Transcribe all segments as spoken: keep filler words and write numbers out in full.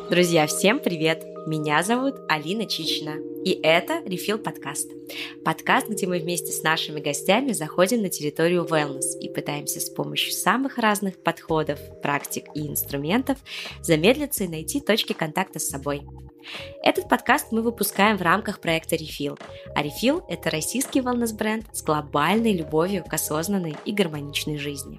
Друзья, всем привет! Меня зовут Алина Чичина, и это Refill подкаст. Подкаст, где мы вместе с нашими гостями заходим на территорию wellness и пытаемся с помощью самых разных подходов, практик и инструментов замедлиться и найти точки контакта с собой. Этот подкаст мы выпускаем в рамках проекта Refill, а Refill – это российский wellness-бренд с глобальной любовью к осознанной и гармоничной жизни.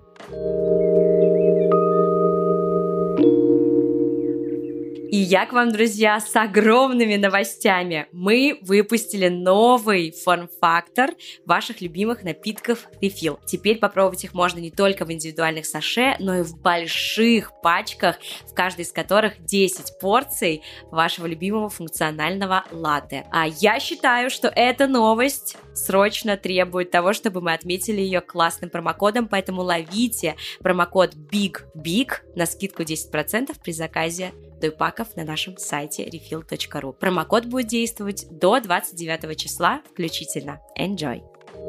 И я к вам, друзья, с огромными новостями. Мы выпустили новый форм-фактор ваших любимых напитков Refill. Теперь попробовать их можно не только в индивидуальных саше, но и в больших пачках, в каждой из которых десять порций вашего любимого функционального латте. А я считаю, что эта новость срочно требует того, чтобы мы отметили ее классным промокодом, поэтому ловите промокод BIGBIG на скидку десять процентов при заказе дойпаков на нашем сайте refill точка ру. Промокод будет действовать до двадцать девятого числа включительно. Enjoy!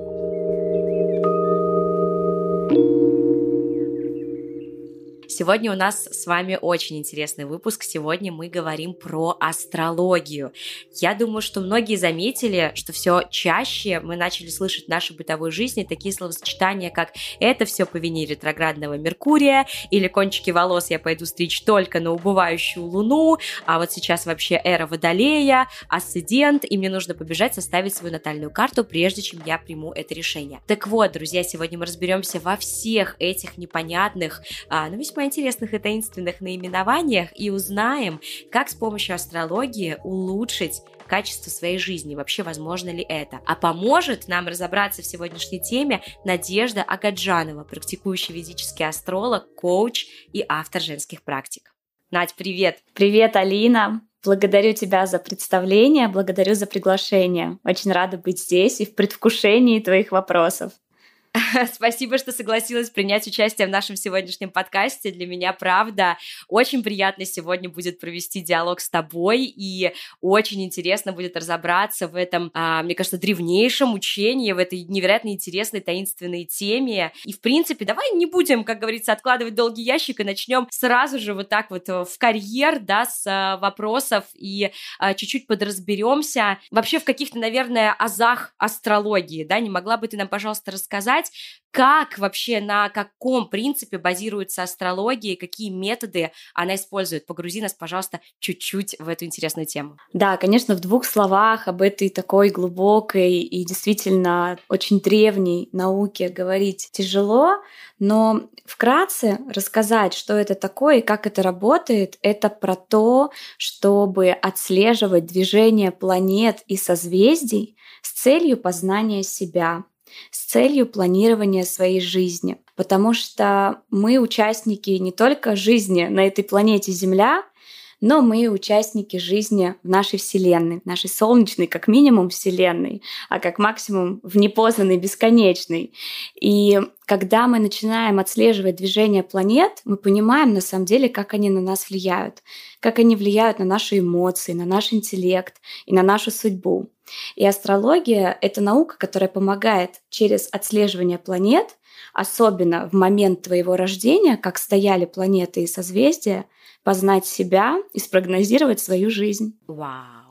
Сегодня у нас с вами очень интересный выпуск. Сегодня мы говорим про астрологию. Я думаю, что многие заметили, что все чаще мы начали слышать в нашей бытовой жизни такие словосочетания, как «это все по вине ретроградного Меркурия» или «кончики волос я пойду стричь только на убывающую луну», а вот сейчас вообще эра Водолея, асцендент, и мне нужно побежать составить свою натальную карту, прежде чем я приму это решение. Так вот, друзья, сегодня мы разберемся во всех этих непонятных, а, но весьма интересных и таинственных наименованиях и узнаем, как с помощью астрологии улучшить качество своей жизни, вообще возможно ли это. А поможет нам разобраться в сегодняшней теме Надежда Агаджанова, практикующий ведический астролог, коуч и автор женских практик. Надь, привет! Привет, Алина! Благодарю тебя за представление, благодарю за приглашение. Очень рада быть здесь и в предвкушении твоих вопросов. Спасибо, что согласилась принять участие в нашем сегодняшнем подкасте. Для меня, правда, очень приятно сегодня будет провести диалог с тобой, и очень интересно будет разобраться в этом, мне кажется, древнейшем учении, в этой невероятно интересной, таинственной теме. И, в принципе, давай не будем, как говорится, откладывать долгий ящик и начнем сразу же вот так вот в карьер, да, с вопросов и чуть-чуть подразберемся вообще в каких-то, наверное, азах астрологии, да, не могла бы ты нам, пожалуйста, рассказать, как вообще, на каком принципе базируется астрология, какие методы она использует? Погрузи нас, пожалуйста, чуть-чуть в эту интересную тему. Да, конечно, в двух словах об этой такой глубокой и действительно очень древней науке говорить тяжело, но вкратце рассказать, что это такое и как это работает, это про то, чтобы отслеживать движение планет и созвездий с целью познания себя, с целью планирования своей жизни. Потому что мы участники не только жизни на этой планете Земля, но мы участники жизни в нашей Вселенной, в нашей солнечной, как минимум, Вселенной, а как максимум в непознанной, бесконечной. И когда мы начинаем отслеживать движение планет, мы понимаем на самом деле, как они на нас влияют, как они влияют на наши эмоции, на наш интеллект и на нашу судьбу. И астрология — это наука, которая помогает через отслеживание планет, особенно в момент твоего рождения, как стояли планеты и созвездия, познать себя и спрогнозировать свою жизнь. Вау!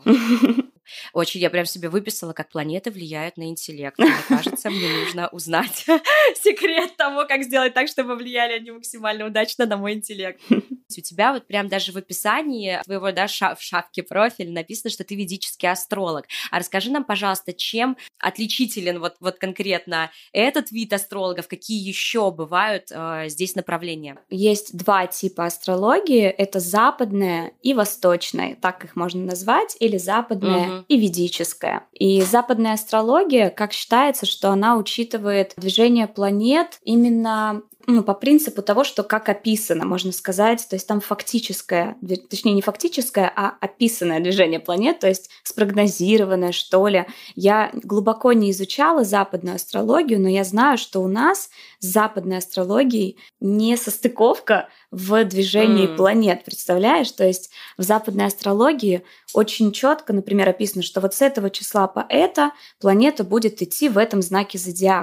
Очень, я прям себе выписала, как планеты влияют на интеллект. Мне кажется, мне нужно узнать секрет того, как сделать так, чтобы влияли они максимально удачно на мой интеллект. У тебя вот прям даже в описании твоего, да, ша- в шапке профиля написано, что ты ведический астролог. А расскажи нам, пожалуйста, чем отличителен вот, вот конкретно этот вид астрологов, какие еще бывают э, здесь направления? Есть два типа астрологии. Это западная и восточная. Так их можно назвать. Или западная угу. и ведическая. И западная астрология, как считается, что она учитывает движение планет именно ну, по принципу того, что как описано, можно сказать, то есть там фактическое, точнее не фактическое, а описанное движение планет, то есть спрогнозированное, что ли. Я глубоко не изучала западную астрологию, но я знаю, что у нас с западной астрологией не состыковка в движении mm. планет, представляешь? То есть в западной астрологии очень четко, например, описано, что вот с этого числа по это планета будет идти в этом знаке зодиака.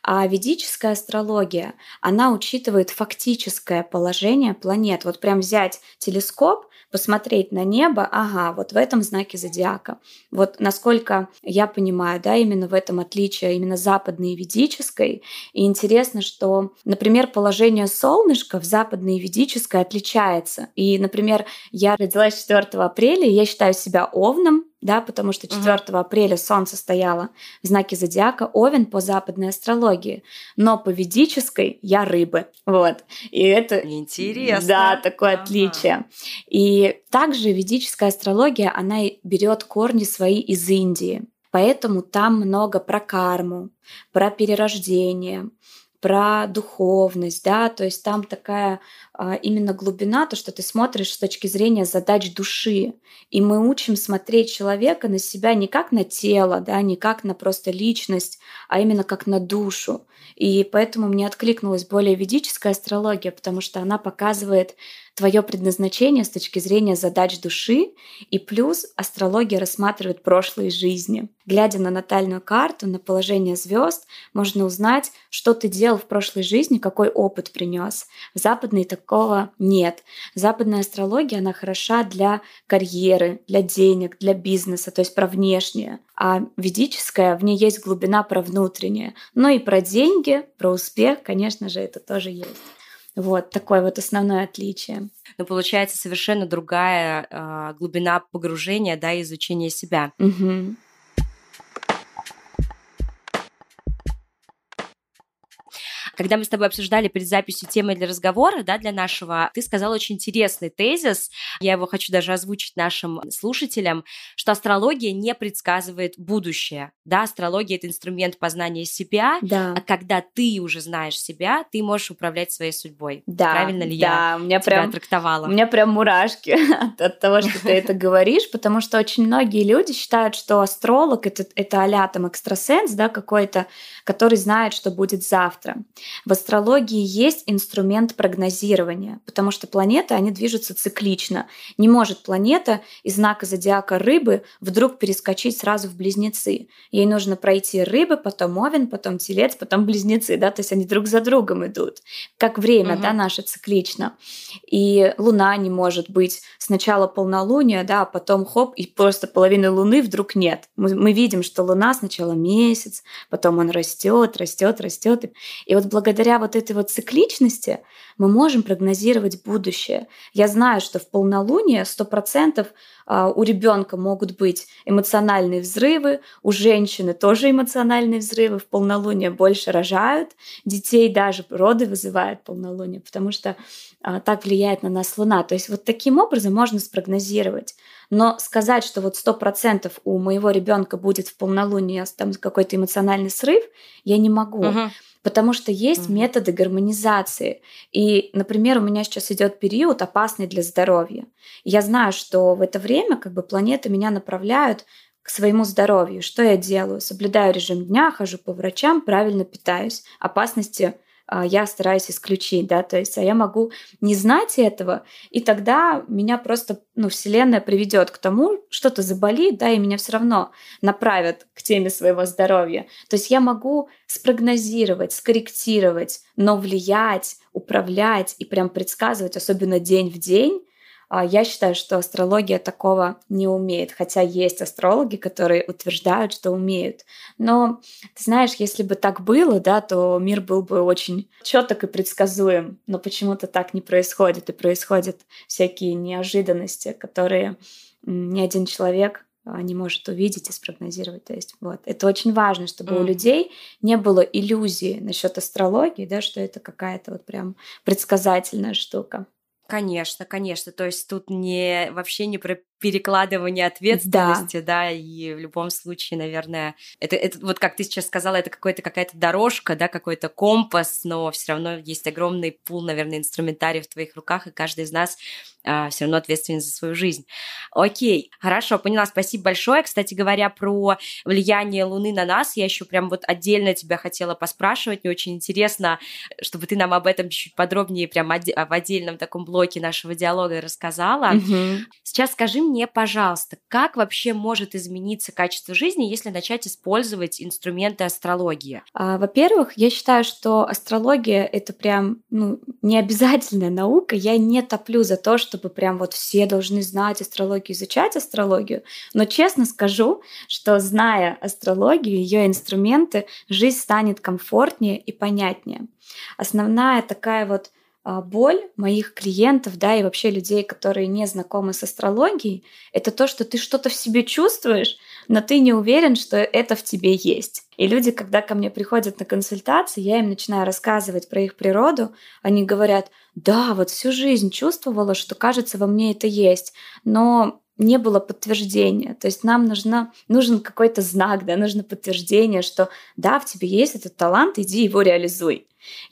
А ведическая астрология, она учитывает фактическое положение планет. Вот прям взять телескоп, посмотреть на небо, ага, вот в этом знаке зодиака. Вот насколько я понимаю, да, именно в этом отличие именно западной и ведической. И интересно, что, например, положение солнышка в западной и ведической отличается. И, например, я родилась четвёртого апреля, и я считаю себя овном, да, потому что четвёртого апреля Солнце стояло в знаке зодиака Овен по западной астрологии, но по ведической я рыбы, вот. И это интересно. Да, такое ага. отличие. И также ведическая астрология, она берет корни свои из Индии, поэтому там много про карму, про перерождение, про духовность, да, то есть там такая а, именно глубина, то, что ты смотришь с точки зрения задач души, и мы учим смотреть человека на себя не как на тело, да, не как на просто личность, а именно как на душу. И поэтому мне откликнулась более ведическая астрология, потому что она показывает твое предназначение с точки зрения задач души, и плюс астрология рассматривает прошлые жизни. Глядя на натальную карту, на положение звезд, можно узнать, что ты делал в прошлой жизни, какой опыт принес. В западной такого нет. Западная астрология, она хороша для карьеры, для денег, для бизнеса, то есть про внешнее. А ведическая, в ней есть глубина про внутреннее. Но и про деньги, про успех, конечно же, это тоже есть. Вот такое вот основное отличие. Ну, получается, совершенно другая э, глубина погружения, да, изучения себя. Угу. Когда мы с тобой обсуждали перед записью темы для разговора, да, для нашего, ты сказала очень интересный тезис, я его хочу даже озвучить нашим слушателям, что астрология не предсказывает будущее, да, астрология — это инструмент познания себя, Да. а когда ты уже знаешь себя, ты можешь управлять своей судьбой. Да, правильно ли да, я у меня тебя прям, трактовала? У меня прям мурашки от, от того, что ты это говоришь, потому что очень многие люди считают, что астролог — это, это а-ля там экстрасенс, да, какой-то, который знает, что будет завтра. В астрологии есть инструмент прогнозирования, потому что планеты, они движутся циклично. Не может планета из знака зодиака Рыбы вдруг перескочить сразу в Близнецы. Ей нужно пройти Рыбы, потом Овен, потом Телец, потом Близнецы, да, то есть они друг за другом идут. Как время, угу. да, наше циклично. И Луна не может быть сначала полнолуния, да, а потом хоп, и просто половины Луны вдруг нет. Мы, мы видим, что Луна сначала месяц, потом он растет, растет, растет. И вот благодаря вот этой вот цикличности мы можем прогнозировать будущее. Я знаю, что в полнолуние сто процентов у ребенка могут быть эмоциональные взрывы, у женщины тоже эмоциональные взрывы, в полнолуние больше рожают детей, даже роды вызывает полнолуние, потому что а, так влияет на нас Луна. То есть вот таким образом можно спрогнозировать. Но сказать, что вот сто процентов у моего ребенка будет в полнолуние там какой-то эмоциональный срыв, я не могу. Uh-huh. Потому что есть угу. методы гармонизации. И, например, у меня сейчас идет период опасный для здоровья. Я знаю, что в это время как бы планеты меня направляют к своему здоровью. Что я делаю? Соблюдаю режим дня, хожу по врачам, правильно питаюсь. Опасности я стараюсь исключить, да, то есть, а я могу не знать этого, и тогда меня просто, ну, Вселенная приведет к тому, что-то заболит, да, и меня все равно направят к теме своего здоровья. То есть я могу спрогнозировать, скорректировать, но влиять, управлять и прям предсказывать, особенно день в день. Я считаю, что астрология такого не умеет, хотя есть астрологи, которые утверждают, что умеют. Но, ты знаешь, если бы так было, да, то мир был бы очень чёток и предсказуем, но почему-то так не происходит, и происходят всякие неожиданности, которые ни один человек не может увидеть и спрогнозировать. То есть вот. Это очень важно, чтобы mm. у людей не было иллюзии насчет астрологии, да, что это какая-то вот прям предсказательная штука. Конечно, конечно. То есть тут не вообще не про перекладывание ответственности, да. да, и в любом случае, наверное, это, это вот как ты сейчас сказала, это какой-то, какая-то дорожка, да, какой-то компас, но все равно есть огромный пул, наверное, инструментарий в твоих руках, и каждый из нас а, все равно ответственен за свою жизнь. Окей, хорошо, поняла, спасибо большое. Кстати говоря, про влияние Луны на нас, я еще прям вот отдельно тебя хотела поспрашивать, мне очень интересно, чтобы ты нам об этом чуть подробнее прям в отдельном таком блоке нашего диалога рассказала. Угу. Сейчас скажи мне, мне, пожалуйста, как вообще может измениться качество жизни, если начать использовать инструменты астрологии? А, во-первых, я считаю, что астрология — это прям, ну, не обязательная наука. Я не топлю за то, чтобы прям вот все должны знать астрологию, изучать астрологию. Но честно скажу, что, зная астрологию, ее инструменты, жизнь станет комфортнее и понятнее. Основная такая вот а, боль моих клиентов, да, и вообще людей, которые не знакомы с астрологией, это то, что ты что-то в себе чувствуешь, но ты не уверен, что это в тебе есть. И люди, когда ко мне приходят на консультации, я им начинаю рассказывать про их природу, они говорят: да, вот всю жизнь чувствовала, что, кажется, во мне это есть, но не было подтверждения. То есть нам нужно, нужен какой-то знак, да, нужно подтверждение, что да, в тебе есть этот талант, иди его реализуй.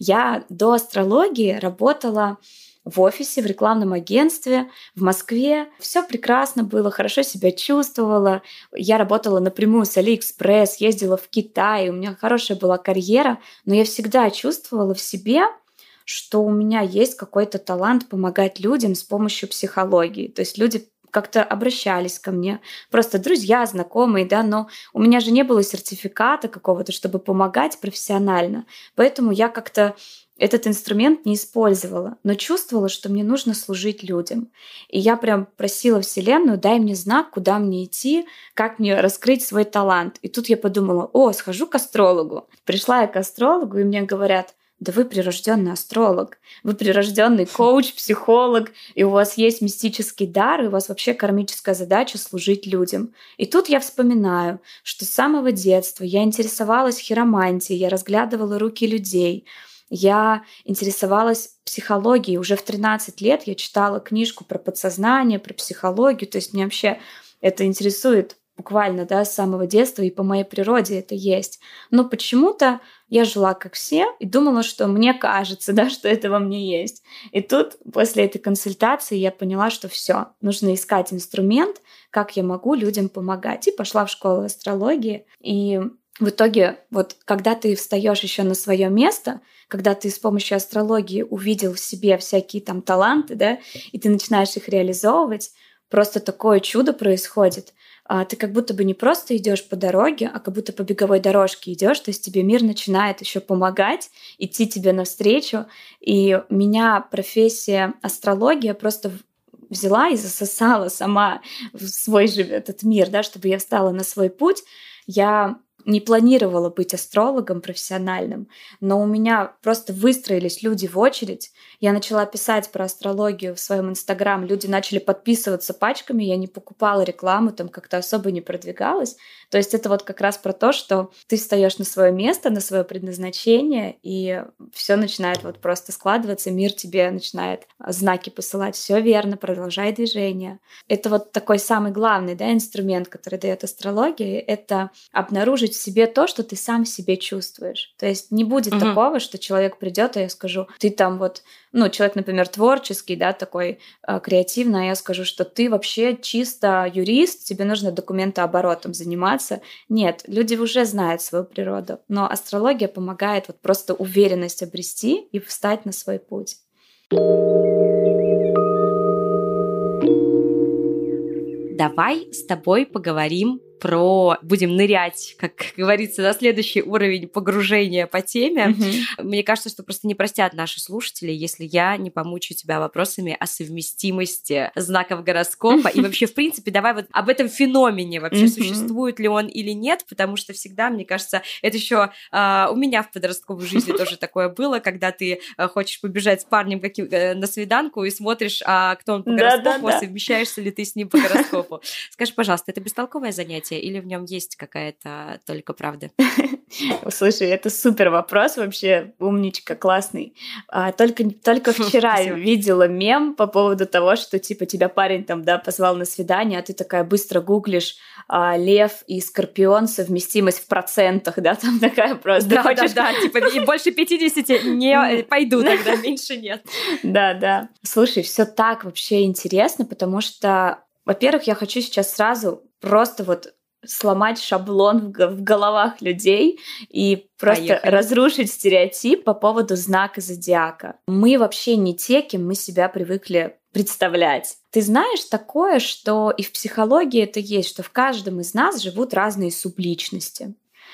Я до астрологии работала в офисе, в рекламном агентстве в Москве. Все прекрасно было, хорошо себя чувствовала. Я работала напрямую с Алиэкспресс, ездила в Китай, у меня хорошая была карьера, но я всегда чувствовала в себе, что у меня есть какой-то талант помогать людям с помощью психологии. То есть люди как-то обращались ко мне, просто друзья, знакомые, да, но у меня же не было сертификата какого-то, чтобы помогать профессионально. Поэтому я как-то этот инструмент не использовала, но чувствовала, что мне нужно служить людям. И я прям просила Вселенную: дай мне знак, куда мне идти, как мне раскрыть свой талант. И тут я подумала: о, схожу к астрологу. Пришла я к астрологу, и мне говорят: да вы прирожденный астролог, вы прирожденный коуч, психолог, и у вас есть мистический дар, и у вас вообще кармическая задача служить людям. И тут я вспоминаю, что с самого детства я интересовалась хиромантией, я разглядывала руки людей, я интересовалась психологией. Уже в тринадцать лет я читала книжку про подсознание, про психологию, то есть меня вообще это интересует буквально, да, с самого детства, и по моей природе это есть. Но почему-то я жила как все и думала, что мне кажется, да, что это во мне есть. И тут после этой консультации я поняла, что все, нужно искать инструмент, как я могу людям помогать. И пошла в школу астрологии. И в итоге, вот когда ты встаешь еще на свое место, когда ты с помощью астрологии увидел в себе всякие там таланты, да, и ты начинаешь их реализовывать, просто такое чудо происходит. Ты как будто бы не просто идешь по дороге, а как будто по беговой дорожке идешь, то есть тебе мир начинает еще помогать, идти тебе навстречу. И меня профессия астрология просто взяла и засосала сама в свой же этот мир, да, чтобы я встала на свой путь. Я не планировала быть астрологом профессиональным, но у меня просто выстроились люди в очередь. Я начала писать про астрологию в своем инстаграм, люди начали подписываться пачками, я не покупала рекламу, там как-то особо не продвигалась. То есть это вот как раз про то, что ты встаешь на свое место, на свое предназначение, и все начинает вот просто складываться, мир тебе начинает знаки посылать. Все верно, продолжай движение. Это вот такой самый главный, да, инструмент, который дает астрология, это обнаружить в себе то, что ты сам в себе чувствуешь. То есть не будет угу. такого, что человек придет, и я скажу: ты там вот, ну, человек, например, творческий, да, такой э, креативный, а я скажу, что ты вообще чисто юрист, тебе нужно документооборотом заниматься. Нет, люди уже знают свою природу, но астрология помогает вот просто уверенность обрести и встать на свой путь. Давай с тобой поговорим про... Будем нырять, как говорится, на следующий уровень погружения по теме. Mm-hmm. Мне кажется, что просто не простят наши слушатели, если я не помучу тебя вопросами о совместимости знаков гороскопа. Mm-hmm. И вообще, в принципе, давай вот об этом феномене вообще, mm-hmm. существует ли он или нет, потому что всегда, мне кажется, это еще э, у меня в подростковой жизни тоже такое было, когда ты э, хочешь побежать с парнем каким, э, на свиданку и смотришь, а кто он по гороскопу, а совмещаешься ли ты с ним по гороскопу. Скажи, пожалуйста, это бестолковое занятие или в нем есть какая-то только правда? Слушай, это супер вопрос вообще, умничка, классный. А, только, только вчера видела мем по поводу того, что типа тебя парень там, да, позвал на свидание, а ты такая быстро гуглишь а, лев и скорпион, совместимость в процентах, да, там такая просто. Да, хочешь... да, да, типа и больше пятидесяти не пойду тогда, меньше нет. Да, да. Слушай, все так вообще интересно, потому что, во-первых, я хочу сейчас сразу просто вот сломать шаблон в головах людей и просто Поехали. разрушить стереотип по поводу знака зодиака. Мы вообще не те, кем мы себя привыкли представлять. Ты знаешь такое, что и в психологии это есть, что в каждом из нас живут разные субличности.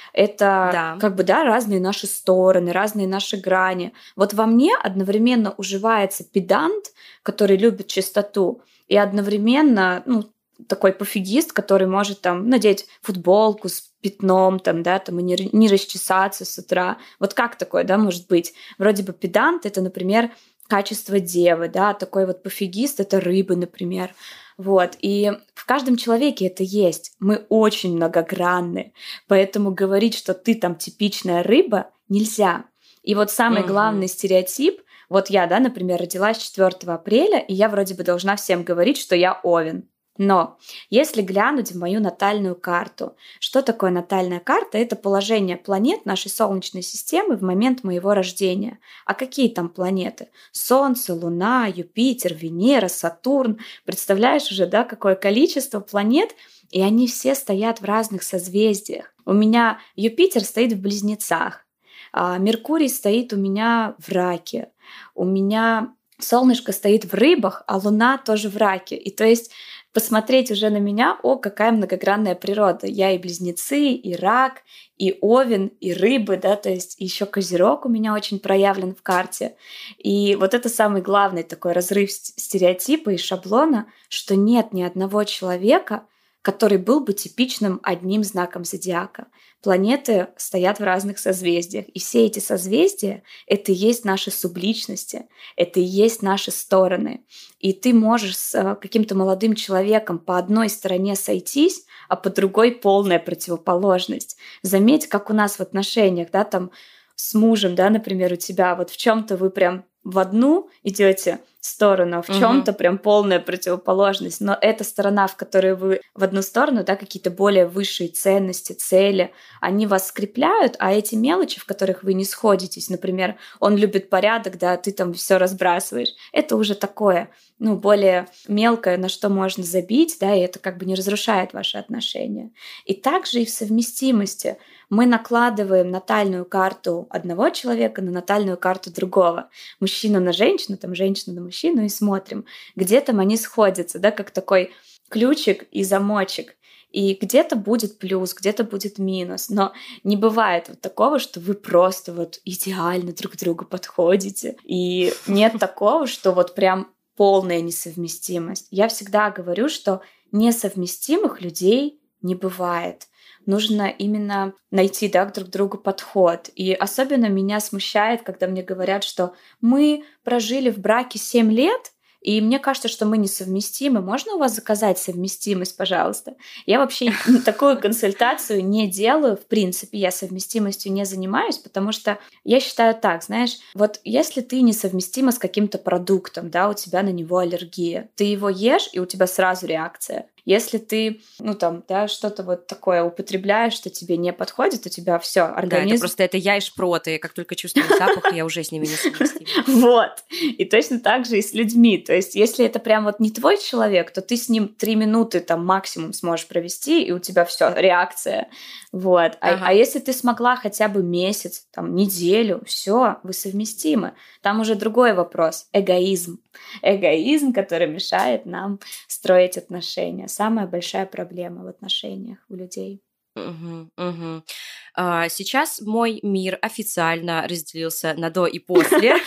Это Да. как бы, да, разные наши стороны, разные наши грани. Вот во мне одновременно уживается педант, который любит чистоту, и одновременно, ну, такой пофигист, который может там надеть футболку с пятном, там, да, там, и не, не расчесаться с утра. Вот как такое, да, может быть? Вроде бы педант — это, например, качество девы, да, такой вот пофигист — это рыбы, например. Вот. И в каждом человеке это есть. Мы очень многогранны. Поэтому говорить, что ты там типичная рыба, нельзя. И вот самый Мгм. главный стереотип, вот я, да, например, родилась четвёртого апреля, и я вроде бы должна всем говорить, что я Овен. Но если глянуть в мою натальную карту, что такое натальная карта? Это положение планет нашей Солнечной системы в момент моего рождения. А какие там планеты? Солнце, Луна, Юпитер, Венера, Сатурн. Представляешь уже, да, какое количество планет? И они все стоят в разных созвездиях. У меня Юпитер стоит в Близнецах, а Меркурий стоит у меня в Раке, у меня Солнышко стоит в Рыбах, а Луна тоже в Раке. И то есть посмотреть уже на меня, о, какая многогранная природа. Я и Близнецы, и Рак, и Овен, и Рыбы, да, то есть еще Козерог у меня очень проявлен в карте. И вот это самый главный такой разрыв стереотипа и шаблона, что нет ни одного человека, который был бы типичным одним знаком зодиака. Планеты стоят в разных созвездиях, и все эти созвездия — это и есть наши субличности, это и есть наши стороны. И ты можешь с каким-то молодым человеком по одной стороне сойтись, а по другой полная противоположность. Заметь, как у нас в отношениях, да, там с мужем, да, например, у тебя вот в чем-то вы прям в одну идете сторону, а в чем-то Мгм. прям полная противоположность. Но эта сторона, в которой вы в одну сторону, да, какие-то более высшие ценности, цели, они вас скрепляют, а эти мелочи, в которых вы не сходитесь, например, он любит порядок, да, а ты там все разбрасываешь, это уже такое, ну, более мелкое, на что можно забить, да, и это как бы не разрушает ваши отношения. И также и в совместимости мы накладываем натальную карту одного человека на натальную карту другого. Мужчину на женщину, там женщину на мужчину, и смотрим, где там они сходятся, да, как такой ключик и замочек. И где-то будет плюс, где-то будет минус. Но не бывает вот такого, что вы просто вот идеально друг к другу подходите. И нет такого, что вот прям полная несовместимость. Я всегда говорю, что несовместимых людей не бывает. Нужно именно найти, да, друг к другу подход. И особенно меня смущает, когда мне говорят, что мы прожили в браке семь лет, и мне кажется, что мы несовместимы. Можно у вас заказать совместимость, пожалуйста? Я вообще такую консультацию не делаю. В принципе, я совместимостью не занимаюсь, потому что я считаю так, знаешь, вот если ты несовместима с каким-то продуктом, да, у тебя на него аллергия, ты его ешь, и у тебя сразу реакция. Если ты, ну там, да, что-то вот такое употребляешь, что тебе не подходит, у тебя все организм... Да, это просто это я и шпроты. Как только чувствую запах, я уже с ними несовместима. Вот. И точно так же и с людьми. То есть если это прям вот не твой человек, то ты с ним три минуты там максимум сможешь провести, и у тебя все реакция. Вот. А, Ага. а если ты смогла хотя бы месяц, там, неделю, все, вы совместимы. Там уже другой вопрос. Эгоизм. Эгоизм, который мешает нам строить отношения. Самая большая проблема в отношениях у людей. Мгм, мгм. А, Сейчас мой мир официально разделился на до и после.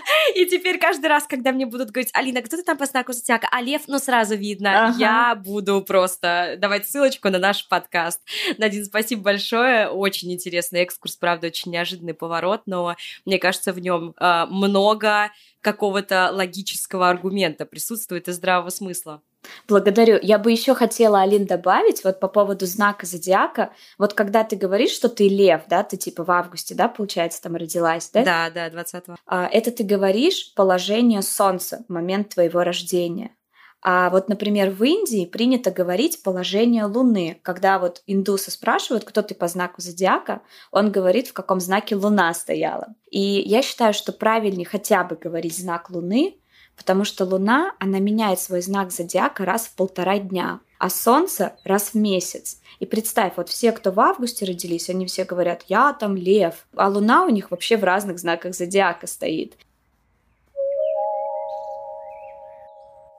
И теперь каждый раз, когда мне будут говорить: Алина, кто ты там по знаку зодиака? А лев, ну сразу видно. Ага. Я буду просто давать ссылочку на наш подкаст. Надин, спасибо большое. Очень интересный экскурс, правда, очень неожиданный поворот, но мне кажется, в нем много какого-то логического аргумента присутствует и здравого смысла. Благодарю. Я бы еще хотела, Алин, добавить вот по поводу знака зодиака. Вот когда ты говоришь, что ты лев, да, ты типа в августе, да, получается, там родилась, да? Да, да, двадцатого. А, это ты говоришь положение Солнца в момент твоего рождения. А вот, например, в Индии принято говорить положение Луны. Когда вот индусы спрашивают, кто ты по знаку зодиака, он говорит, в каком знаке Луна стояла. И я считаю, что правильнее хотя бы говорить знак Луны, потому что Луна, она меняет свой знак зодиака раз в полтора дня, а Солнце раз в месяц. И представь, вот все, кто в августе родились, они все говорят: я там лев, а Луна у них вообще в разных знаках зодиака стоит.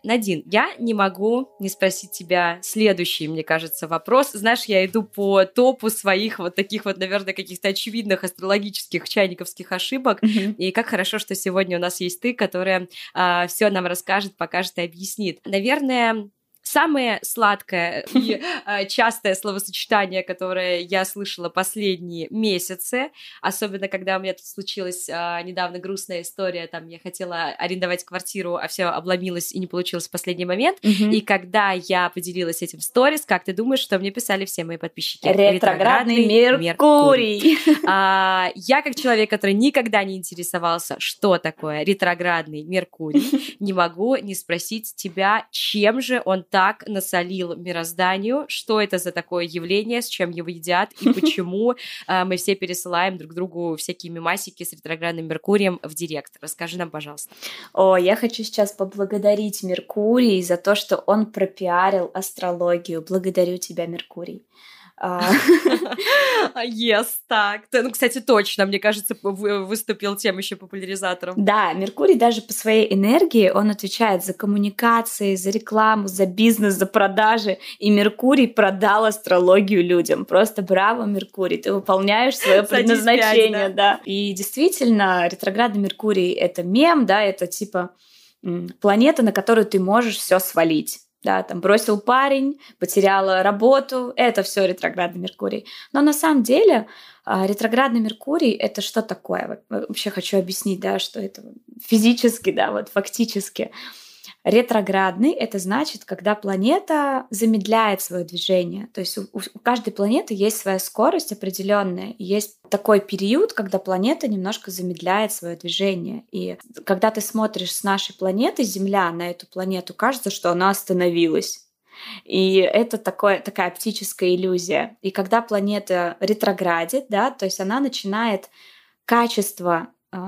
Надин, я не могу не спросить тебя следующий, мне кажется, вопрос. Знаешь, я иду по топу своих вот таких вот, наверное, каких-то очевидных астрологических чайниковских ошибок. Mm-hmm. И как хорошо, что сегодня у нас есть ты, которая а, все нам расскажет, покажет и объяснит. Наверное, самое сладкое и э, частое словосочетание, которое я слышала последние месяцы, особенно когда у меня тут случилась э, недавно грустная история, там я хотела арендовать квартиру, а все обломилось и не получилось в последний момент, mm-hmm. и когда я поделилась этим в сторис, как ты думаешь, что мне писали все мои подписчики? Ретроградный Меркурий. Меркурий. А, я, как человек, который никогда не интересовался, что такое ретроградный Меркурий, не могу не спросить тебя, чем же он так насолил мирозданию, что это за такое явление, с чем его едят и почему э, мы все пересылаем друг другу всякие мемасики с ретроградным Меркурием в директ. Расскажи нам, пожалуйста. О, я хочу сейчас поблагодарить Меркурий за то, что он пропиарил астрологию. Благодарю тебя, Меркурий. Yes, так. Ну, кстати, точно, мне кажется, выступил тем еще популяризатором. Да, Меркурий даже по своей энергии, он отвечает за коммуникации, за рекламу, за бизнес, за продажи. И Меркурий продал астрологию людям. Просто браво, Меркурий, ты выполняешь свое предназначение, да. да. И действительно, ретроградный Меркурий — это мем, да, это типа планета, на которую ты можешь все свалить. Да, там бросил парень, потеряла работу, это все ретроградный Меркурий. Но на самом деле ретроградный Меркурий — это что такое? Вообще хочу объяснить, да, что это физически, да, вот фактически. Ретроградный — это значит, когда планета замедляет свое движение. То есть у, у каждой планеты есть своя скорость определенная. Есть такой период, когда планета немножко замедляет свое движение. И когда ты смотришь с нашей планеты, Земля, на эту планету, кажется, что она остановилась. И это такое, такая оптическая иллюзия. И когда планета ретроградит, да, то есть она начинает качество,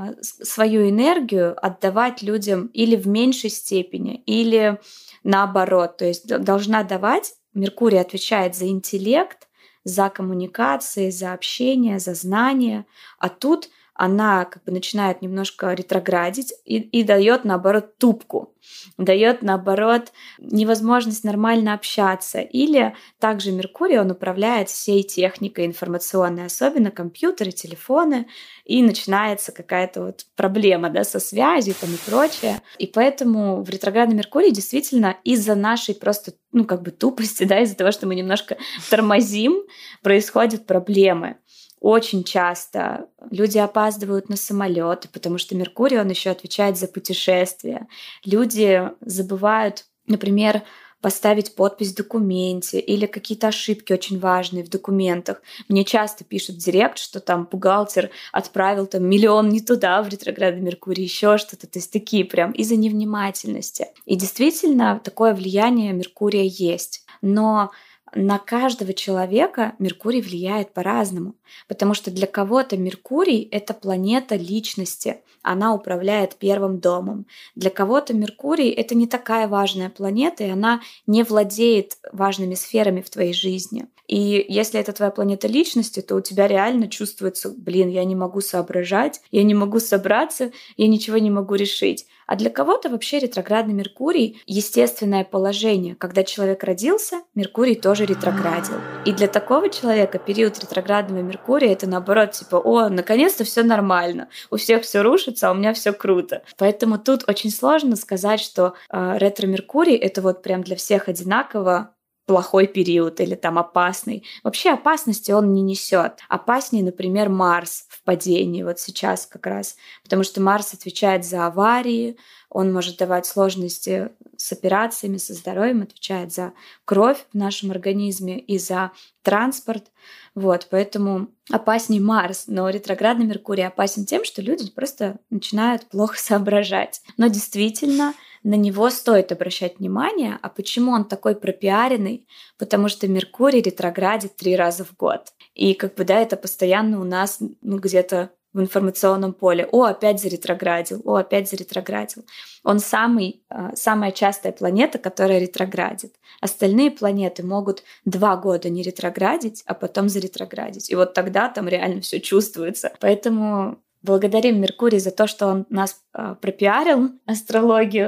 свою энергию отдавать людям или в меньшей степени, или наоборот. То есть должна давать, Меркурий отвечает за интеллект, за коммуникации, за общение, за знания, а тут она как бы начинает немножко ретроградить и, и дает, наоборот, тупку, дает, наоборот, невозможность нормально общаться. Или также Меркурий, он управляет всей техникой информационной, особенно компьютеры, телефоны, и начинается какая-то вот проблема, да, со связью там и прочее. И поэтому в ретроградном Меркурии действительно из-за нашей просто, ну, как бы тупости, да, из-за того, что мы немножко тормозим, происходят проблемы. Очень часто люди опаздывают на самолеты, потому что Меркурий, он еще отвечает за путешествия. Люди забывают, например, поставить подпись в документе или какие-то ошибки очень важные в документах. Мне часто пишут в директ, что там бухгалтер отправил там миллион не туда в ретроградный Меркурий, еще что-то. То есть такие прям из-за невнимательности. И действительно такое влияние Меркурия есть. Но на каждого человека Меркурий влияет по-разному, потому что для кого-то Меркурий — это планета личности, она управляет первым домом. Для кого-то Меркурий — это не такая важная планета, и она не владеет важными сферами в твоей жизни. И если это твоя планета личности, то у тебя реально чувствуется, блин, я не могу соображать, я не могу собраться, я ничего не могу решить. А для кого-то вообще ретроградный Меркурий — естественное положение. Когда человек родился, Меркурий тоже ретроградил. И для такого человека период ретроградного Меркурия — это наоборот, типа, о, наконец-то все нормально, у всех все рушится, а у меня все круто. Поэтому тут очень сложно сказать, что э, ретро-Меркурий — это вот прям для всех одинаково плохой период или там опасный. Вообще опасности он не несет. Опаснее, например, Марс в падении вот сейчас как раз, потому что Марс отвечает за аварии, он может давать сложности с операциями, со здоровьем, отвечает за кровь в нашем организме и за транспорт. Вот, поэтому опаснее Марс, но ретроградный Меркурий опасен тем, что люди просто начинают плохо соображать. Но действительно, на него стоит обращать внимание. А почему он такой пропиаренный? Потому что Меркурий ретроградит три раза в год. И как бы, да, это постоянно у нас, ну, где-то в информационном поле. О, опять заретроградил, о, опять заретроградил. Он самый, самая частая планета, которая ретроградит. Остальные планеты могут два года не ретроградить, а потом заретроградить. И вот тогда там реально все чувствуется. Поэтому благодарим Меркурий за то, что он нас э, пропиарил, астрологию,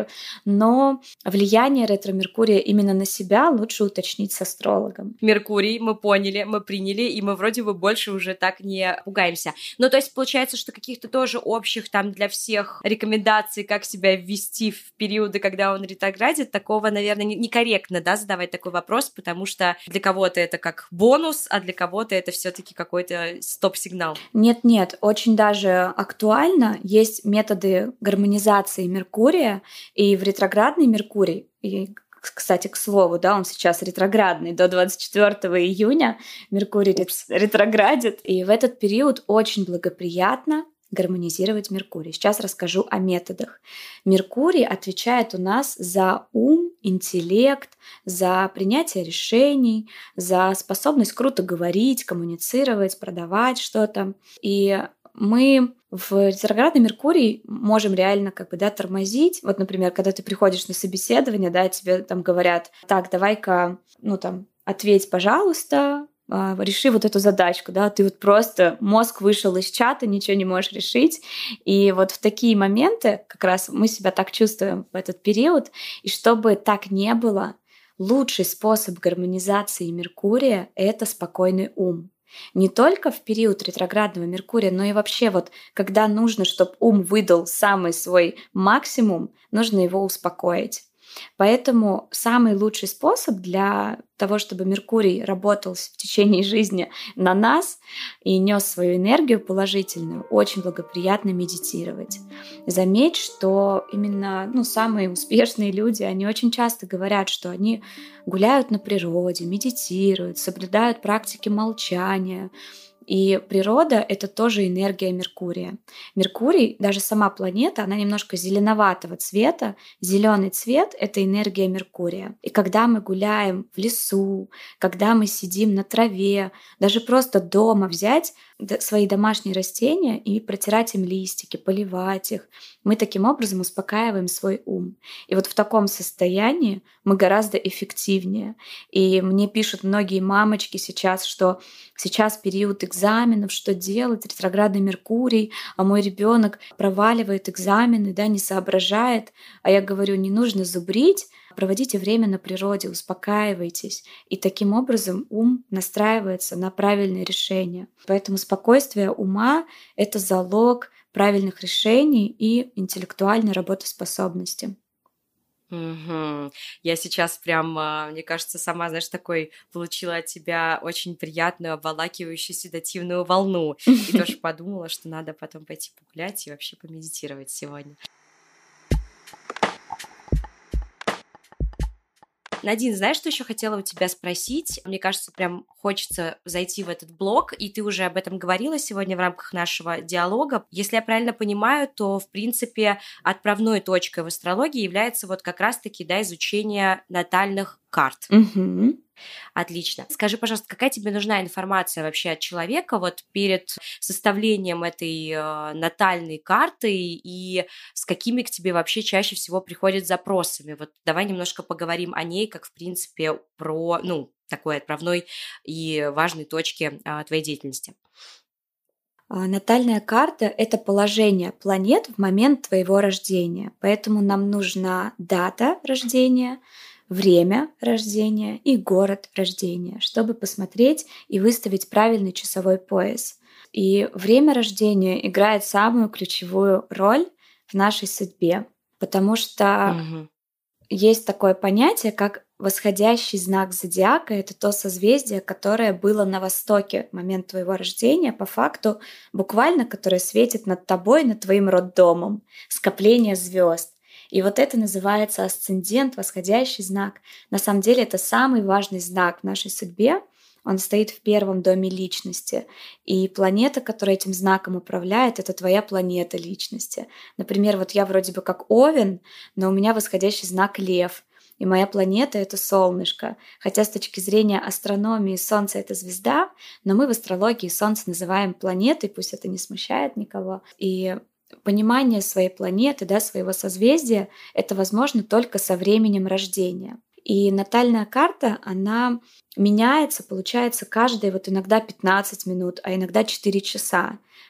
но влияние ретро-Меркурия именно на себя лучше уточнить с астрологом. Меркурий, мы поняли, мы приняли, и мы вроде бы больше уже так не пугаемся. Ну, то есть получается, что каких-то тоже общих там для всех рекомендаций, как себя ввести в периоды, когда он ретроградит, такого, наверное, некорректно, да, задавать такой вопрос, потому что для кого-то это как бонус, а для кого-то это все-таки какой-то стоп-сигнал. Нет-нет, очень даже актуально. Есть методы гармонизации Меркурия, и в ретроградный Меркурий, и, кстати, к слову, да, он сейчас ретроградный, до двадцать четвёртого июня Меркурий Упс. ретроградит, и в этот период очень благоприятно гармонизировать Меркурий. Сейчас расскажу о методах. Меркурий отвечает у нас за ум, интеллект, за принятие решений, за способность круто говорить, коммуницировать, продавать что-то. И мы в ретроградный Меркурий можем реально как бы, да, тормозить. Вот, например, когда ты приходишь на собеседование, да, тебе там говорят: так, давай-ка, ну там, ответь, пожалуйста, реши вот эту задачку, да, ты вот просто мозг вышел из чата, ничего не можешь решить. И вот в такие моменты как раз мы себя так чувствуем в этот период. И чтобы так не было, лучший способ гармонизации Меркурия — это спокойный ум. Не только в период ретроградного Меркурия, но и вообще вот, когда нужно, чтобы ум выдал самый свой максимум, нужно его успокоить. Поэтому самый лучший способ для того, чтобы Меркурий работал в течение жизни на нас и нес свою энергию положительную, очень благоприятно медитировать. Заметь, что именно ну, самые успешные люди, они очень часто говорят, что они гуляют на природе, медитируют, соблюдают практики молчания. И природа — это тоже энергия Меркурия. Меркурий, даже сама планета, она немножко зеленоватого цвета. Зеленый цвет — это энергия Меркурия. И когда мы гуляем в лесу, когда мы сидим на траве, даже просто дома взять свои домашние растения и протирать им листики, поливать их, мы таким образом успокаиваем свой ум. И вот в таком состоянии мы гораздо эффективнее. И мне пишут многие мамочки сейчас, что сейчас период экзаменов, что делать, ретроградный Меркурий, а мой ребенок проваливает экзамены, да, не соображает. А я говорю, не нужно зубрить, проводите время на природе, успокаивайтесь. И таким образом ум настраивается на правильные решения. Поэтому спокойствие ума — это залог правильных решений и интеллектуальной работоспособности. Угу. Я сейчас прям, мне кажется, сама, знаешь, такой получила от тебя очень приятную, обволакивающую седативную волну. И тоже подумала, что надо потом пойти погулять и вообще помедитировать сегодня. Надин, знаешь, что еще хотела у тебя спросить? Мне кажется, прям хочется зайти в этот блог, и ты уже об этом говорила сегодня в рамках нашего диалога. Если я правильно понимаю, то, в принципе, отправной точкой в астрологии является вот как раз-таки, да, изучение натальных карт. Угу. Отлично. Скажи, пожалуйста, какая тебе нужна информация вообще от человека вот перед составлением этой э, натальной карты и с какими к тебе вообще чаще всего приходят запросами? Вот давай немножко поговорим о ней, как, в принципе, про, ну, такой отправной и важной точке э, твоей деятельности. Натальная карта — это положение планет в момент твоего рождения, поэтому нам нужна дата рождения, время рождения и город рождения, чтобы посмотреть и выставить правильный часовой пояс. И время рождения играет самую ключевую роль в нашей судьбе, потому что угу. есть такое понятие, как восходящий знак зодиака — это то созвездие, которое было на востоке в момент твоего рождения, по факту буквально, которое светит над тобой, над твоим роддомом, скопление звезд. И вот это называется асцендент, восходящий знак. На самом деле это самый важный знак в нашей судьбе. Он стоит в первом доме личности. И планета, которая этим знаком управляет, это твоя планета личности. Например, вот я вроде бы как Овен, но у меня восходящий знак Лев. И моя планета — это солнышко. Хотя с точки зрения астрономии Солнце — это звезда, но мы в астрологии Солнце называем планетой, пусть это не смущает никого. И понимание своей планеты, да, своего созвездия — это возможно только со временем рождения. И натальная карта, она меняется, получается, каждые вот иногда пятнадцать минут, а иногда четыре часа.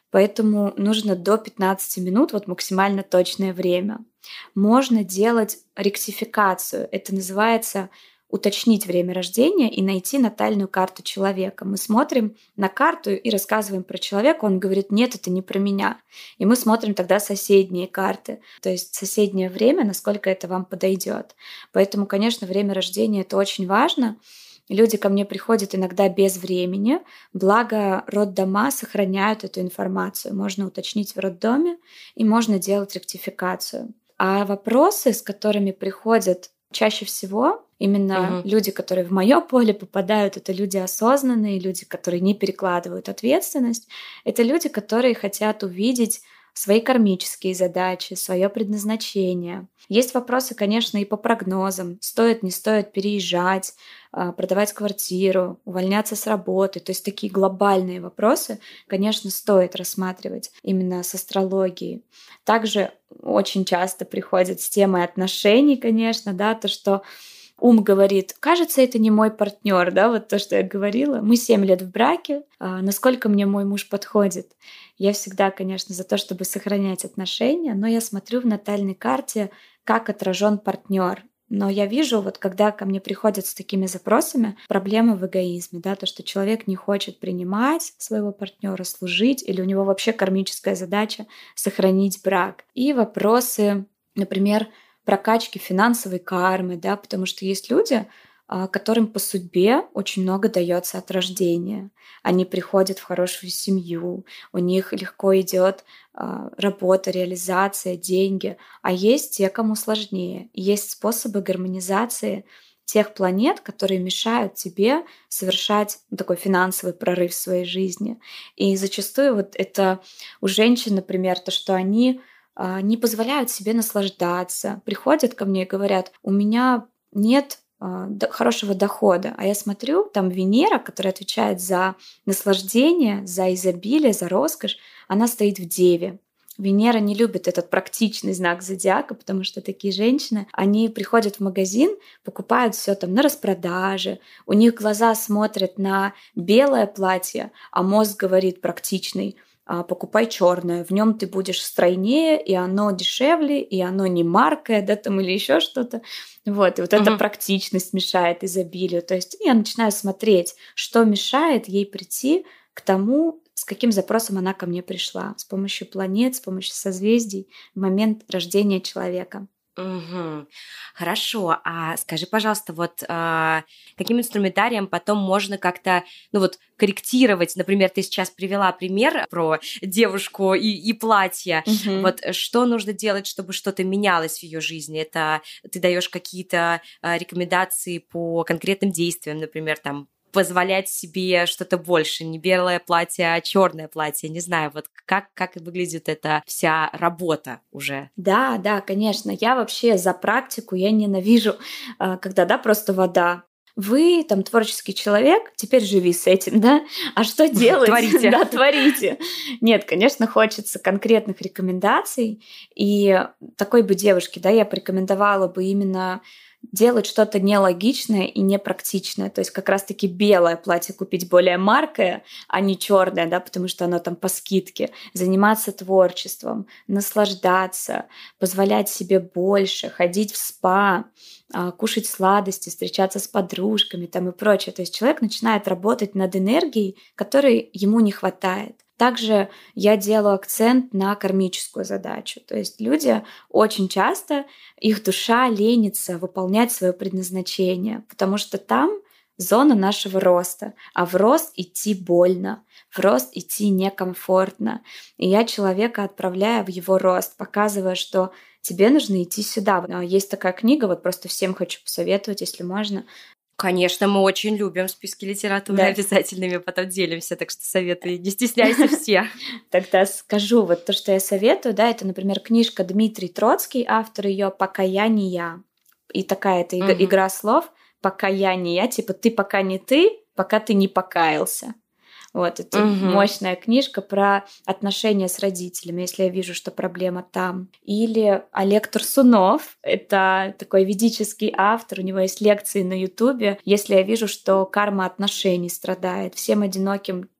Поэтому нужно до пятнадцати минут, вот максимально точное время. Можно делать ректификацию. Это называется уточнить время рождения и найти натальную карту человека. Мы смотрим на карту и рассказываем про человека, он говорит: нет, это не про меня. И мы смотрим тогда соседние карты, то есть соседнее время, насколько это вам подойдет. Поэтому, конечно, время рождения — это очень важно. Люди ко мне приходят иногда без времени, благо роддома сохраняют эту информацию. Можно уточнить в роддоме и можно делать ректификацию. А вопросы, с которыми приходят чаще всего, именно Мгм. люди, которые в мое поле попадают, это люди осознанные, люди, которые не перекладывают ответственность. Это люди, которые хотят увидеть свои кармические задачи, свое предназначение. Есть вопросы, конечно, и по прогнозам. Стоит, не стоит переезжать, а, продавать квартиру, увольняться с работы. То есть такие глобальные вопросы, конечно, стоит рассматривать именно с астрологией. Также очень часто приходят с темой отношений, конечно, да, то, что ум говорит: кажется, это не мой партнер, да, вот то, что я говорила. Мы семь лет в браке, а насколько мне мой муж подходит? Я всегда, конечно, за то, чтобы сохранять отношения, но я смотрю в натальной карте, как отражен партнер. Но я вижу, вот когда ко мне приходят с такими запросами, проблемы в эгоизме, да, то, что человек не хочет принимать своего партнера, служить, или у него вообще кармическая задача сохранить брак. И вопросы, например, прокачки финансовой кармы, да, потому что есть люди, а, которым по судьбе очень много дается от рождения. Они приходят в хорошую семью, у них легко идет а, работа, реализация, деньги. А есть те, кому сложнее. И есть способы гармонизации тех планет, которые мешают тебе совершать ну, такой финансовый прорыв в своей жизни. И зачастую вот это у женщин, например, то, что они а, не позволяют себе наслаждаться, приходят ко мне и говорят: у меня нет а, до- хорошего дохода, а я смотрю, там Венера, которая отвечает за наслаждение, за изобилие, за роскошь, она стоит в Деве. Венера не любит этот практичный знак зодиака, потому что такие женщины, они приходят в магазин, покупают все там на распродаже, у них глаза смотрят на белое платье, а мозг говорит практичный: а, покупай черное, в нем ты будешь стройнее, и оно дешевле, и оно не маркое, да, там или еще что-то. Вот, и вот эта Мгм. практичность мешает изобилию. То есть я начинаю смотреть, что мешает ей прийти к тому, с каким запросом она ко мне пришла, с помощью планет, с помощью созвездий в момент рождения человека. Мгм. Хорошо. А скажи, пожалуйста, вот а, каким инструментарием потом можно как-то, ну вот, корректировать? Например, ты сейчас привела пример про девушку и, и платье. Мгм. Вот э, что нужно делать, чтобы что-то менялось в ее жизни? Это ты даешь какие-то а, рекомендации по конкретным действиям, например, там позволять себе что-то больше, не белое платье, а черное платье, не знаю, вот как, как выглядит эта вся работа уже. Да, да, конечно. Я вообще за практику, я ненавижу, а, когда, да, просто вода. Вы там творческий человек, теперь живи с этим, да? А что делать? Творите. Да, творите. Нет, конечно, хочется конкретных рекомендаций. И такой бы девушке, да, я порекомендовала бы именно делать что-то нелогичное и непрактичное. То есть как раз-таки белое платье купить более маркое, а не черное, да, потому что оно там по скидке. Заниматься творчеством, наслаждаться, позволять себе больше, ходить в спа, а, кушать сладости, встречаться с подружками там и прочее. То есть человек начинает работать над энергией, которой ему не хватает. Также я делаю акцент на кармическую задачу. То есть люди очень часто, их душа ленится выполнять свое предназначение, потому что там зона нашего роста, а в рост идти больно, в рост идти некомфортно. И я человека отправляю в его рост, показывая, что тебе нужно идти сюда. А, Есть такая книга, вот просто всем хочу посоветовать, если можно. Конечно, мы очень любим списки литературы Да, обязательными, потом делимся, так что советую, не стесняйся все. тогда скажу вот то, что я советую. Да, это, например, книжка Дмитрий Троцкий, автор ее «Покаяние». И такая это иг- Мгм. игра слов «покаяние», типа ты пока не ты, пока ты не покаялся. Вот, это Мгм. мощная книжка про отношения с родителями, если я вижу, что проблема там. Или Олег Турсунов, это такой ведический автор, у него есть лекции на Ютубе. Если я вижу, что карма отношений страдает, всем одиноким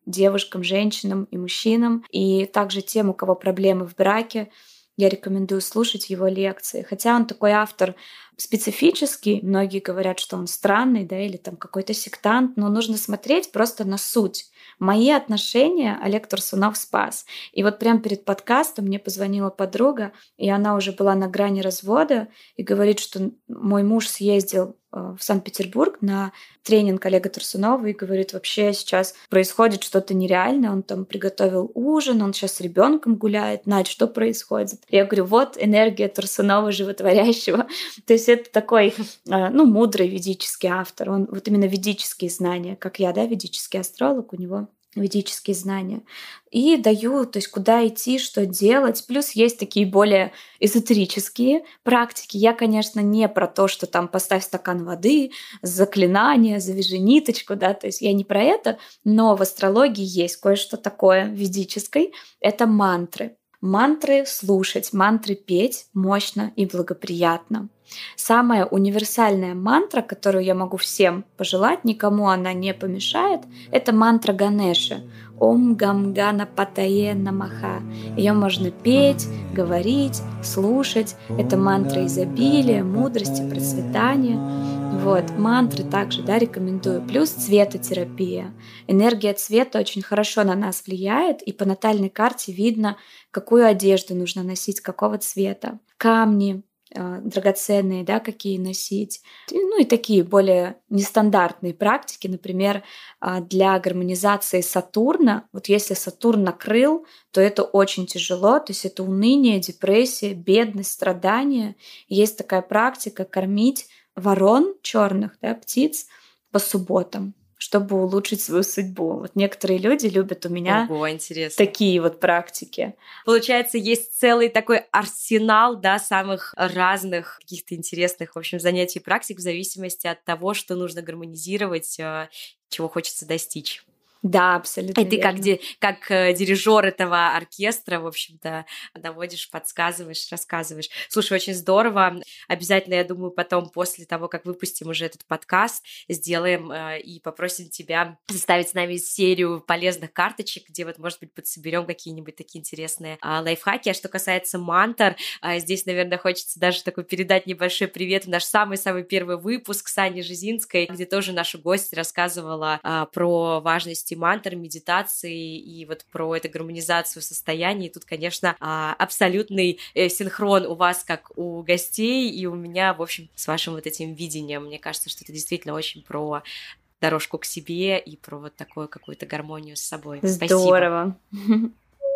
девушкам, женщинам и мужчинам. И также тем, у кого проблемы в браке, я рекомендую слушать его лекции. Хотя он такой автор специфический, многие говорят, что он странный, да, или там какой-то сектант, но нужно смотреть просто на суть. Мои отношения Олег Турсунов спас. И вот прямо перед подкастом мне позвонила подруга, и она уже была на грани развода, и говорит, что мой муж съездил в Санкт-Петербург на тренинг Олега Турсунова и говорит, вообще сейчас происходит что-то нереальное, он там приготовил ужин, он сейчас с ребенком гуляет, Надь, что происходит? Я говорю, вот энергия Турсунова животворящего. То есть это такой, ну, мудрый ведический автор, он вот именно ведические знания, как я, да, ведический астролог, у него ведические знания. И даю, то есть куда идти, что делать. Плюс есть такие более эзотерические практики. Я, конечно, не про то, что там поставь стакан воды, заклинание, завяжи ниточку, да, то есть я не про это, но в астрологии есть кое-что такое ведическое. Это мантры. Мантры слушать, мантры петь мощно и благоприятно. Самая универсальная мантра, которую я могу всем пожелать, никому она не помешает, это мантра Ганеши. Ом гам гана патае намаха. Ее можно петь, говорить, слушать. Это мантра изобилия, мудрости, процветания. Вот, мантры также, да, рекомендую. Плюс цветотерапия. Энергия цвета очень хорошо на нас влияет, и по натальной карте видно, какую одежду нужно носить, какого цвета. Камни драгоценные, да, какие носить. Ну и такие более нестандартные практики, например, для гармонизации Сатурна. Вот если Сатурн накрыл, то это очень тяжело, то есть это уныние, депрессия, бедность, страдания. Есть такая практика кормить ворон черных, да, птиц по субботам, чтобы улучшить свою судьбу. Вот некоторые люди любят у меня Ого, интересно. такие вот практики. Получается, есть целый такой арсенал, да, самых разных каких-то интересных, в общем, занятий и практик в зависимости от того, что нужно гармонизировать, чего хочется достичь. Да, абсолютно. И ты верно. как, ди- как э, дирижер этого оркестра, в общем-то, наводишь, подсказываешь, рассказываешь. Слушай, очень здорово. Обязательно, я думаю, потом, после того, как выпустим уже этот подкаст, сделаем э, и попросим тебя составить с нами серию полезных карточек, где вот, может быть, подсоберем какие-нибудь такие интересные э, лайфхаки. А что касается мантр, э, здесь, наверное, хочется даже такой передать небольшой привет в наш самый-самый первый выпуск с Аней Жизинской, где тоже наша гость рассказывала э, про важность мантр, медитации и вот про эту гармонизацию состояний. И тут, конечно, абсолютный синхрон у вас, как у гостей, и у меня, в общем, с вашим вот этим видением. Мне кажется, что это действительно очень про дорожку к себе и про вот такую какую-то гармонию с собой. Здорово. Спасибо.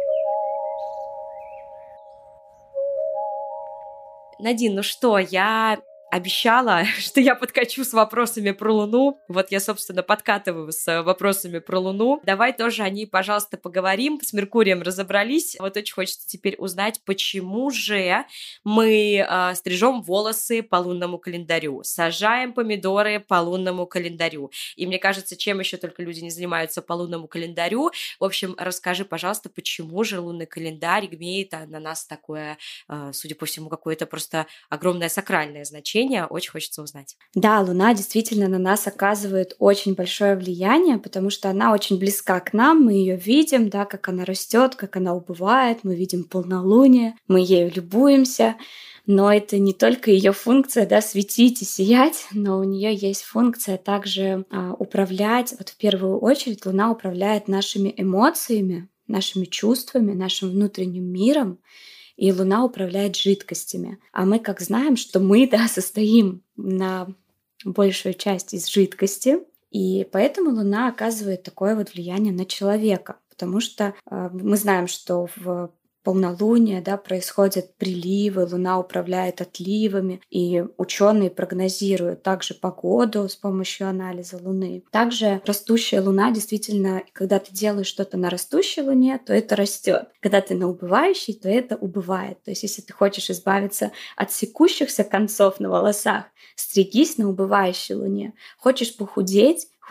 Надин, ну что, я обещала, что я подкачу с вопросами про Луну. Вот я, собственно, подкатываю с вопросами про Луну. Давай тоже о ней, пожалуйста, поговорим. С Меркурием разобрались. Вот очень хочется теперь узнать, почему же мы э, стрижем волосы по лунному календарю, сажаем помидоры по лунному календарю. И мне кажется, чем еще только люди не занимаются по лунному календарю. В общем, расскажи, пожалуйста, почему же лунный календарь имеет на нас такое, э, судя по всему, какое-то просто огромное сакральное значение. Очень хочется узнать. Да, Луна действительно на нас оказывает очень большое влияние, потому что она очень близка к нам, мы ее видим, да, как она растет, как она убывает, мы видим полнолуние, мы ею любуемся. Но это не только ее функция, да, светить и сиять, но у нее есть функция также а, управлять. Вот в первую очередь Луна управляет нашими эмоциями, нашими чувствами, нашим внутренним миром. И Луна управляет жидкостями. А мы как знаем, что мы, да, состоим на большую часть из жидкости, и поэтому Луна оказывает такое вот влияние на человека, потому что э, мы знаем, что в полнолуние, да, происходят приливы, Луна управляет отливами, и ученые прогнозируют также погоду с помощью анализа Луны. Также растущая Луна, действительно, когда ты делаешь что-то на растущей Луне, то это растет. Когда ты на убывающей, то это убывает. То есть если ты хочешь избавиться от секущихся концов на волосах, стригись на убывающей Луне. Хочешь похудеть,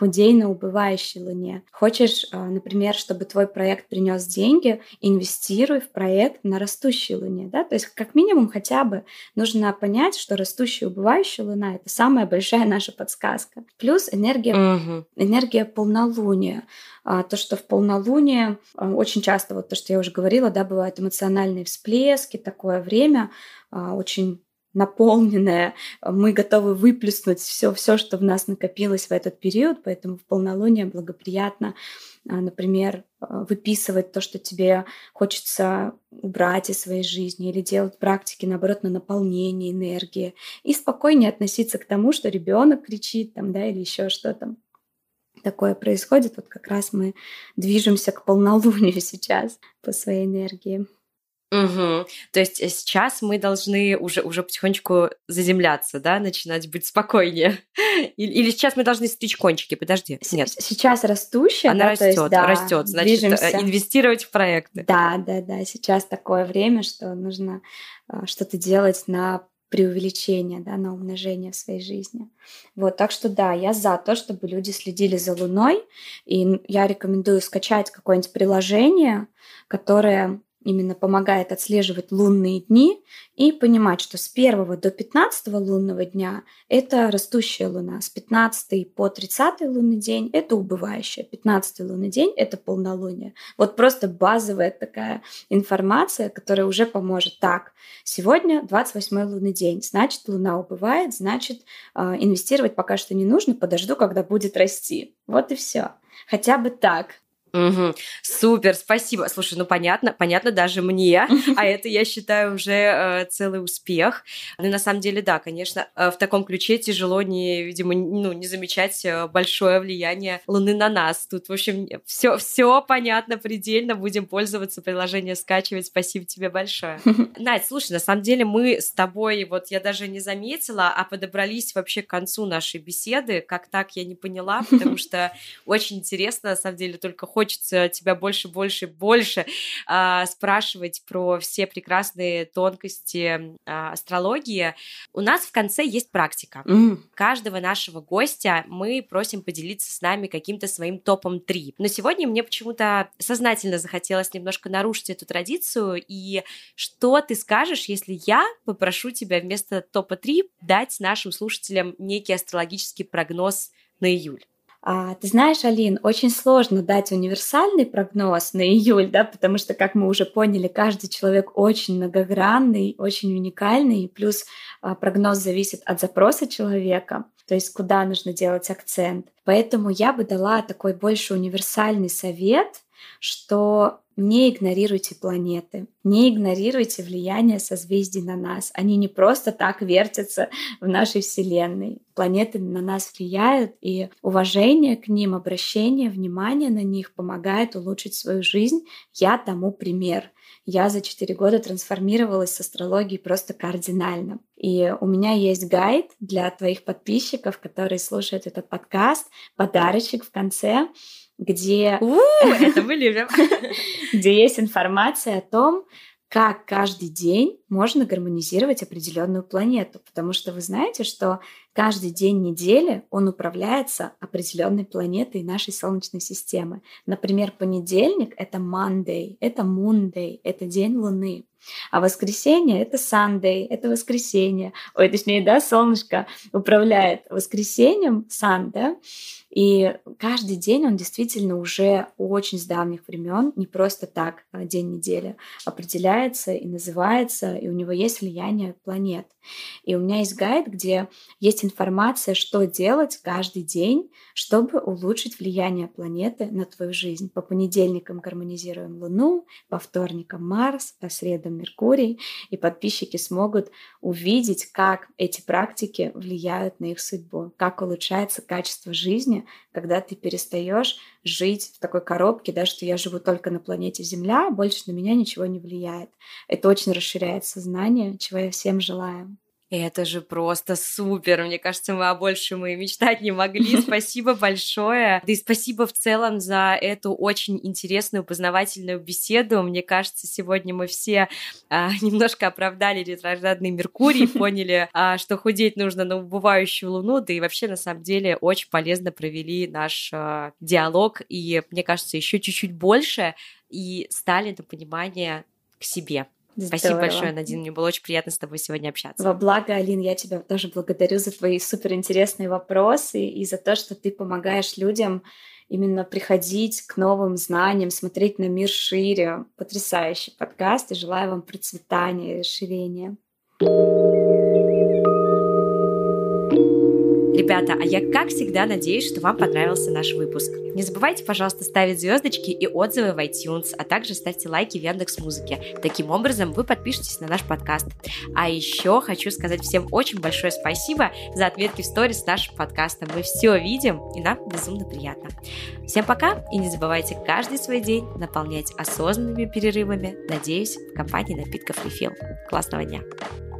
худей на убывающей луне. Хочешь, например, чтобы твой проект принес деньги, инвестируй в проект на растущей луне. Да? То есть как минимум хотя бы нужно понять, что растущая и убывающая луна — это самая большая наша подсказка. Плюс энергия, угу. энергия полнолуния. То, что в полнолуние очень часто, вот то, что я уже говорила, да, бывают эмоциональные всплески, такое время очень наполненное, мы готовы выплеснуть все, все, что в нас накопилось в этот период, поэтому в полнолуние благоприятно, например, выписывать то, что тебе хочется убрать из своей жизни, или делать практики, наоборот, на наполнение энергии, и спокойнее относиться к тому, что ребенок кричит там, да, или еще что-то такое происходит. Вот как раз мы движемся к полнолунию сейчас по своей энергии. Угу. То есть сейчас мы должны уже, уже потихонечку заземляться, да, начинать быть спокойнее. Или, или сейчас мы должны стричь кончики? Подожди, нет. Сейчас растущая, она да, растет, то есть, да, растет, значит, движемся. Инвестировать в проекты. Да, да, да. Сейчас такое время, что нужно что-то делать на преувеличение, да, на умножение в своей жизни. Вот, так что да, я за то, чтобы люди следили за Луной, и я рекомендую скачать какое-нибудь приложение, которое именно помогает отслеживать лунные дни и понимать, что с первого до пятнадцатого лунного дня это растущая луна, с пятнадцатого по тридцатый лунный день это убывающая, пятнадцатый лунный день это полнолуние. Вот просто базовая такая информация, которая уже поможет. Так, сегодня двадцать восьмой лунный день, значит, луна убывает, значит, инвестировать пока что не нужно, подожду, когда будет расти. Вот и все. Хотя бы так. Угу. Супер, спасибо. Слушай, ну понятно, понятно даже мне, а это, я считаю, уже э, целый успех. Ну, на самом деле, да, конечно, э, в таком ключе тяжело не, видимо, ну, не замечать большое влияние Луны на нас. Тут, в общем, все, все понятно предельно, будем пользоваться, приложение скачивать. Спасибо тебе большое. Надь, слушай, на самом деле мы с тобой, вот я даже не заметила, а подобрались вообще к концу нашей беседы. Как так, я не поняла, потому что очень интересно, на самом деле, только хочется тебя больше, больше, больше э, спрашивать про все прекрасные тонкости э, астрологии. У нас в конце есть практика. Mm. Каждого нашего гостя мы просим поделиться с нами каким-то своим топом три. Но сегодня мне почему-то сознательно захотелось немножко нарушить эту традицию. И что ты скажешь, если я попрошу тебя вместо топа три дать нашим слушателям некий астрологический прогноз на июль? А, ты знаешь, Алин, очень сложно дать универсальный прогноз на июль, да, потому что, как мы уже поняли, каждый человек очень многогранный, очень уникальный, плюс а, прогноз зависит от запроса человека, то есть куда нужно делать акцент. Поэтому я бы дала такой больше универсальный совет, что не игнорируйте планеты, не игнорируйте влияние созвездий на нас. Они не просто так вертятся в нашей Вселенной. Планеты на нас влияют, и уважение к ним, обращение, внимание на них помогает улучшить свою жизнь. Я тому пример. Я за четыре года трансформировалась с астрологией просто кардинально. И у меня есть гайд для твоих подписчиков, которые слушают этот подкаст, подарочек в конце, где, это мы любим. где есть информация о том, как каждый день можно гармонизировать определенную планету. Потому что вы знаете, что каждый день недели он управляется определенной планетой нашей Солнечной системы. Например, понедельник — это Monday, это Moonday, это день Луны. А воскресенье — это Sunday, это воскресенье. Ой, точнее, да, солнышко управляет воскресеньем, Sun, да? И каждый день он действительно уже очень с давних времен, не просто так день недели, определяется и называется, и у него есть влияние планет. И у меня есть гайд, где есть информация, что делать каждый день, чтобы улучшить влияние планеты на твою жизнь. По понедельникам гармонизируем Луну, по вторникам Марс, по средам Меркурий, и подписчики смогут увидеть, как эти практики влияют на их судьбу, как улучшается качество жизни, когда ты перестаешь жить в такой коробке, да, что я живу только на планете Земля, больше на меня ничего не влияет. Это очень расширяет сознание, чего я всем желаю. Это же просто супер. Мне кажется, мы о большем и мечтать не могли. Спасибо большое. Да и спасибо в целом за эту очень интересную познавательную беседу. Мне кажется, сегодня мы все а, немножко оправдали ретроградный Меркурий, поняли, а, что худеть нужно на убывающую Луну, да и вообще, на самом деле, очень полезно провели наш а, диалог, и, мне кажется, еще чуть-чуть больше, и стали на понимание к себе. Здорово. Спасибо большое, Надин, мне было очень приятно с тобой сегодня общаться. Во благо, Алин, я тебя тоже благодарю за твои суперинтересные вопросы и за то, что ты помогаешь людям именно приходить к новым знаниям, смотреть на мир шире. Потрясающий подкаст, и желаю вам процветания и расширения. Ребята, а я, как всегда, надеюсь, что вам понравился наш выпуск. Не забывайте, пожалуйста, ставить звездочки и отзывы в iTunes, а также ставьте лайки в Яндекс.Музыке. Таким образом, вы подпишетесь на наш подкаст. А еще хочу сказать всем очень большое спасибо за отметки в сторис с нашим подкастом. Мы все видим, и нам безумно приятно. Всем пока, и не забывайте каждый свой день наполнять осознанными перерывами, надеюсь, в компании напитков Refill. Классного дня!